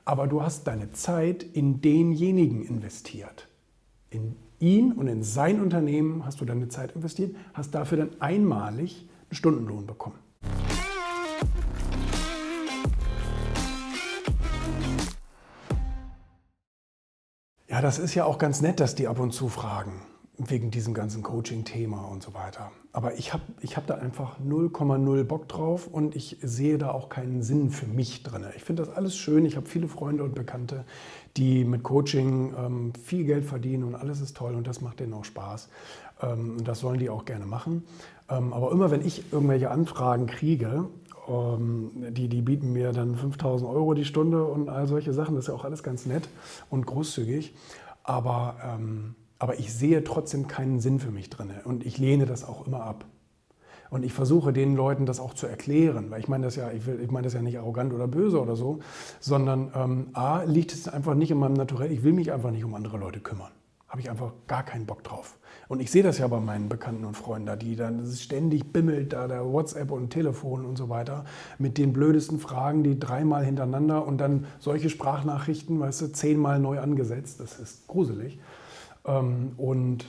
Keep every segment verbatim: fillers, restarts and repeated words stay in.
Aber du hast deine Zeit in denjenigen investiert. In ihn und in sein Unternehmen hast du deine Zeit investiert, hast dafür dann einmalig einen Stundenlohn bekommen. Ja, das ist ja auch ganz nett, dass die ab und zu fragen, wegen diesem ganzen Coaching-Thema und so weiter. Aber ich habe ich hab da einfach null Komma null Bock drauf und ich sehe da auch keinen Sinn für mich drin. Ich finde das alles schön. Ich habe viele Freunde und Bekannte, die mit Coaching ähm, viel Geld verdienen und alles ist toll und das macht denen auch Spaß. Ähm, und das sollen die auch gerne machen. Ähm, aber immer wenn ich irgendwelche Anfragen kriege, ähm, die, die bieten mir dann fünftausend Euro die Stunde und all solche Sachen, das ist ja auch alles ganz nett und großzügig. Aber ähm, Aber ich sehe trotzdem keinen Sinn für mich drin und ich lehne das auch immer ab. Und ich versuche den Leuten das auch zu erklären, weil ich meine das ja, ich, will, ich meine das ja nicht arrogant oder böse oder so, sondern ähm, A, liegt es einfach nicht in meinem Naturell, ich will mich einfach nicht um andere Leute kümmern. Habe ich einfach gar keinen Bock drauf. Und ich sehe das ja bei meinen Bekannten und Freunden da, die dann ständig bimmelt, da der WhatsApp und Telefon und so weiter, mit den blödesten Fragen, die dreimal hintereinander und dann solche Sprachnachrichten, weißt du, zehnmal neu angesetzt, das ist gruselig. Ähm, und,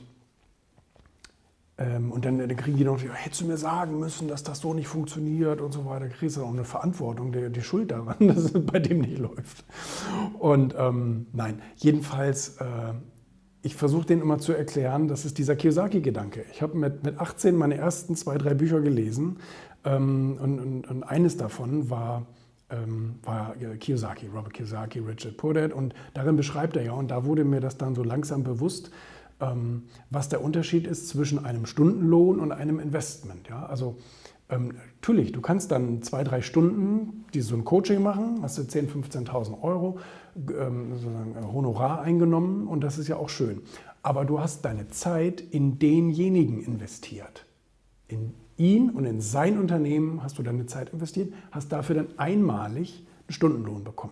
ähm, und dann, dann kriegen die noch, hättest du mir sagen müssen, dass das so nicht funktioniert und so weiter. Da kriegst du auch eine Verantwortung, die, die Schuld daran, dass es bei dem nicht läuft. Und ähm, nein, jedenfalls, äh, ich versuche denen immer zu erklären, das ist dieser Kiyosaki-Gedanke. Ich habe mit, mit achtzehn meine ersten zwei, drei Bücher gelesen ähm, und, und, und eines davon war... war Kiyosaki, Robert Kiyosaki, Rich Dad Poor Dad und darin beschreibt er ja, und da wurde mir das dann so langsam bewusst, was der Unterschied ist zwischen einem Stundenlohn und einem Investment. Ja? Also ähm, natürlich, du kannst dann zwei, drei Stunden die so ein Coaching machen, hast du zehntausend, fünfzehntausend Euro ähm, sozusagen Honorar eingenommen und das ist ja auch schön. Aber du hast deine Zeit in denjenigen investiert. In ihn und in sein Unternehmen hast du deine Zeit investiert, hast dafür dann einmalig einen Stundenlohn bekommen.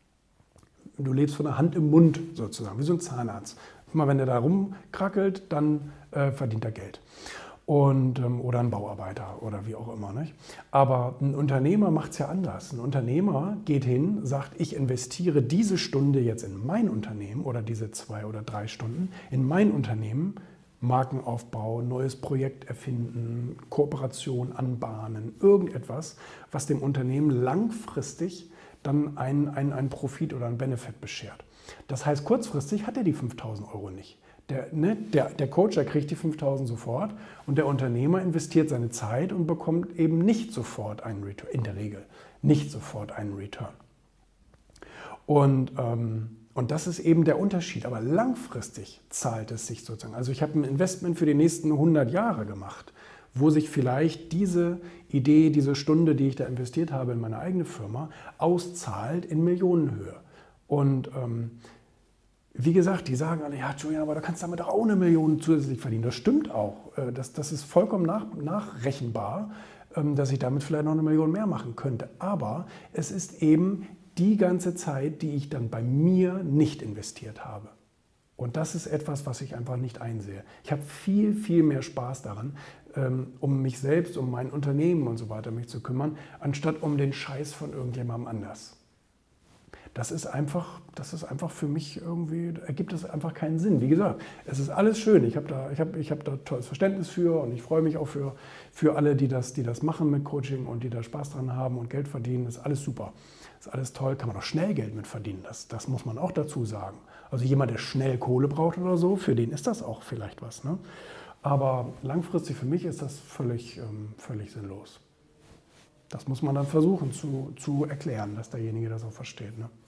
Du lebst von der Hand im Mund sozusagen, wie so ein Zahnarzt. Immer wenn der da rumkrackelt, dann äh, verdient er Geld. Und, ähm, oder ein Bauarbeiter oder wie auch immer. Nicht? Aber ein Unternehmer macht es ja anders. Ein Unternehmer geht hin, sagt, ich investiere diese Stunde jetzt in mein Unternehmen oder diese zwei oder drei Stunden in mein Unternehmen, Markenaufbau, neues Projekt erfinden, Kooperation anbahnen, irgendetwas, was dem Unternehmen langfristig dann einen, einen, einen Profit oder einen Benefit beschert. Das heißt, kurzfristig hat er die fünftausend Euro nicht. Der, ne, der, der Coach, der kriegt die fünftausend sofort und der Unternehmer investiert seine Zeit und bekommt eben nicht sofort einen Return, in der Regel nicht sofort einen Return. Und ähm, Und das ist eben der Unterschied. Aber langfristig zahlt es sich sozusagen. Also ich habe ein Investment für die nächsten hundert Jahre gemacht, wo sich vielleicht diese Idee, diese Stunde, die ich da investiert habe in meine eigene Firma, auszahlt in Millionenhöhe. Und ähm, wie gesagt, die sagen alle, ja Julian, aber du kannst damit auch eine Million zusätzlich verdienen. Das stimmt auch. Das, das ist vollkommen nach, nachrechenbar, dass ich damit vielleicht noch eine Million mehr machen könnte. Aber es ist eben die ganze Zeit, die ich dann bei mir nicht investiert habe. Und das ist etwas, was ich einfach nicht einsehe. Ich habe viel, viel mehr Spaß daran, um mich selbst, um mein Unternehmen und so weiter mich zu kümmern, anstatt um den Scheiß von irgendjemandem anders. Das ist einfach, das ist einfach für mich irgendwie, ergibt es einfach keinen Sinn. Wie gesagt, es ist alles schön. Ich habe da, ich habe, ich habe da tolles Verständnis für und ich freue mich auch für, für alle, die das, die das machen mit Coaching und die da Spaß dran haben und Geld verdienen. Das ist alles super. Das ist alles toll. Kann man auch schnell Geld mit verdienen. Das, das muss man auch dazu sagen. Also jemand, der schnell Kohle braucht oder so, für den ist das auch vielleicht was. Ne? Aber langfristig für mich ist das völlig, ähm, völlig sinnlos. Das muss man dann versuchen zu, zu erklären, dass derjenige das auch versteht. Ne?